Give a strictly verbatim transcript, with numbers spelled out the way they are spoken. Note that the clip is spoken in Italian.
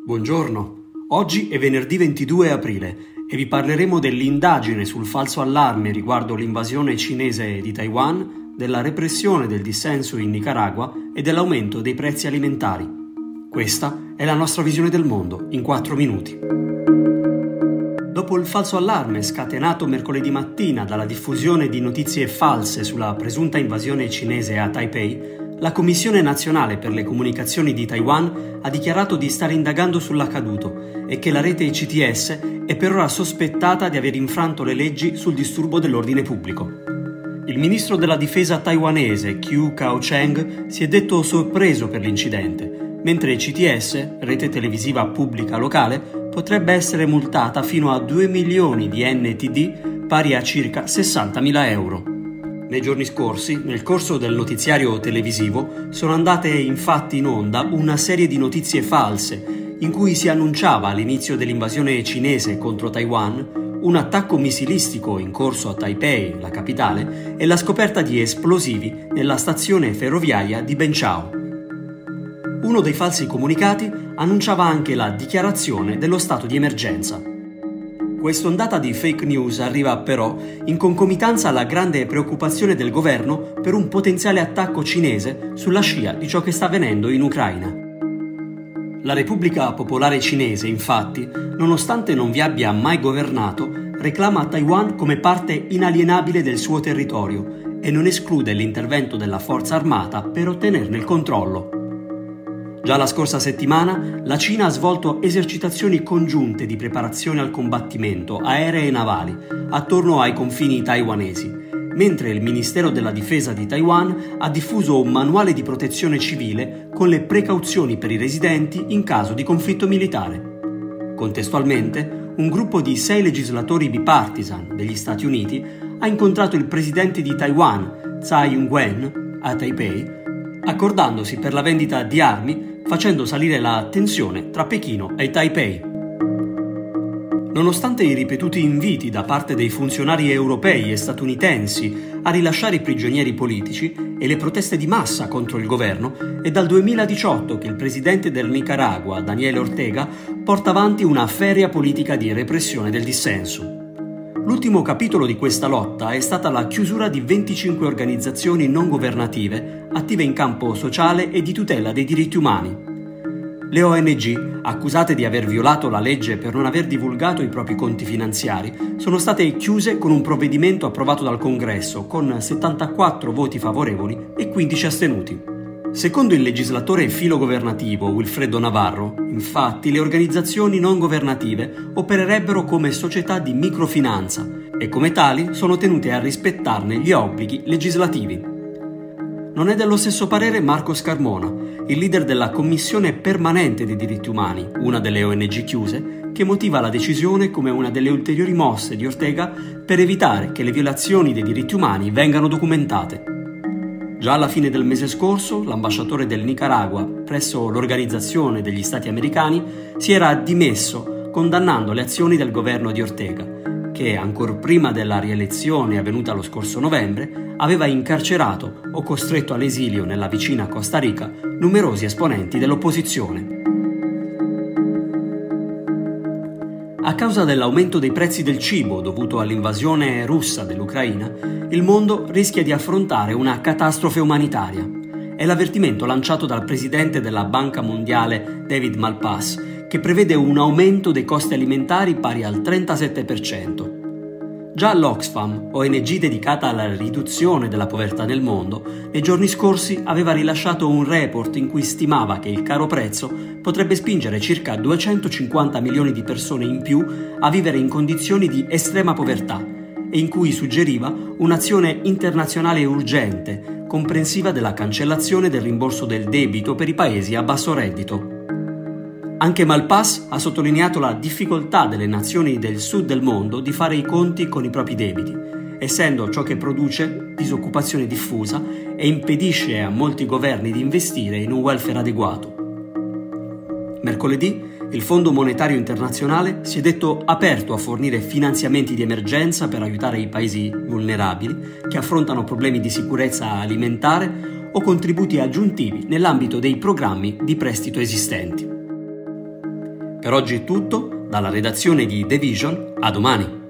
Buongiorno, oggi è venerdì ventidue aprile e vi parleremo dell'indagine sul falso allarme riguardo l'invasione cinese di Taiwan, della repressione del dissenso in Nicaragua e dell'aumento dei prezzi alimentari. Questa è la nostra visione del mondo in quattro minuti. Dopo il falso allarme scatenato mercoledì mattina dalla diffusione di notizie false sulla presunta invasione cinese a Taipei, la Commissione Nazionale per le Comunicazioni di Taiwan ha dichiarato di stare indagando sull'accaduto e che la rete C T S è per ora sospettata di aver infranto le leggi sul disturbo dell'ordine pubblico. Il ministro della difesa taiwanese Chiu Kao-cheng si è detto sorpreso per l'incidente, mentre C T S, rete televisiva pubblica locale, potrebbe essere multata fino a due milioni di N T D, pari a circa sessantamila euro. Nei giorni scorsi, nel corso del notiziario televisivo, sono andate infatti in onda una serie di notizie false in cui si annunciava all'inizio dell'invasione cinese contro Taiwan un attacco missilistico in corso a Taipei, la capitale, e la scoperta di esplosivi nella stazione ferroviaria di Benchao. Uno dei falsi comunicati annunciava anche la dichiarazione dello stato di emergenza. Quest'ondata di fake news arriva però in concomitanza alla grande preoccupazione del governo per un potenziale attacco cinese sulla scia di ciò che sta avvenendo in Ucraina. La Repubblica Popolare Cinese, infatti, nonostante non vi abbia mai governato, reclama Taiwan come parte inalienabile del suo territorio e non esclude l'intervento della forza armata per ottenerne il controllo. Già la scorsa settimana la Cina ha svolto esercitazioni congiunte di preparazione al combattimento aeree e navali attorno ai confini taiwanesi, mentre il Ministero della Difesa di Taiwan ha diffuso un manuale di protezione civile con le precauzioni per i residenti in caso di conflitto militare. Contestualmente, un gruppo di sei legislatori bipartisan degli Stati Uniti ha incontrato il presidente di Taiwan, Tsai Ing-wen, a Taipei, accordandosi per la vendita di armi, facendo salire la tensione tra Pechino e Taipei. Nonostante i ripetuti inviti da parte dei funzionari europei e statunitensi a rilasciare i prigionieri politici e le proteste di massa contro il governo, è dal duemiladiciotto che il presidente del Nicaragua, Daniel Ortega, porta avanti una feria politica di repressione del dissenso. L'ultimo capitolo di questa lotta è stata la chiusura di venticinque organizzazioni non governative attive in campo sociale e di tutela dei diritti umani. Le O N G, accusate di aver violato la legge per non aver divulgato i propri conti finanziari, sono state chiuse con un provvedimento approvato dal Congresso con settantaquattro voti favorevoli e quindici astenuti. Secondo il legislatore filogovernativo Wilfredo Navarro, infatti, le organizzazioni non governative opererebbero come società di microfinanza e come tali sono tenute a rispettarne gli obblighi legislativi. Non è dello stesso parere Marco Scarmona, il leader della Commissione Permanente dei Diritti Umani, una delle O N G chiuse, che motiva la decisione come una delle ulteriori mosse di Ortega per evitare che le violazioni dei diritti umani vengano documentate. Già alla fine del mese scorso, l'ambasciatore del Nicaragua presso l'Organizzazione degli Stati Americani si era dimesso condannando le azioni del governo di Ortega, che, ancor prima della rielezione avvenuta lo scorso novembre, aveva incarcerato o costretto all'esilio nella vicina Costa Rica numerosi esponenti dell'opposizione. A causa dell'aumento dei prezzi del cibo dovuto all'invasione russa dell'Ucraina, il mondo rischia di affrontare una catastrofe umanitaria. È l'avvertimento lanciato dal presidente della Banca Mondiale David Malpass, che prevede un aumento dei costi alimentari pari al trentasette per cento. Già l'Oxfam, O N G dedicata alla riduzione della povertà nel mondo, nei giorni scorsi aveva rilasciato un report in cui stimava che il caro prezzo potrebbe spingere circa duecentocinquanta milioni di persone in più a vivere in condizioni di estrema povertà e in cui suggeriva un'azione internazionale urgente, comprensiva della cancellazione del rimborso del debito per i paesi a basso reddito. Anche Malpass ha sottolineato la difficoltà delle nazioni del sud del mondo di fare i conti con i propri debiti, essendo ciò che produce disoccupazione diffusa e impedisce a molti governi di investire in un welfare adeguato. Mercoledì il Fondo Monetario Internazionale si è detto aperto a fornire finanziamenti di emergenza per aiutare i paesi vulnerabili che affrontano problemi di sicurezza alimentare o contributi aggiuntivi nell'ambito dei programmi di prestito esistenti. Per oggi è tutto, dalla redazione di The Vision, a domani.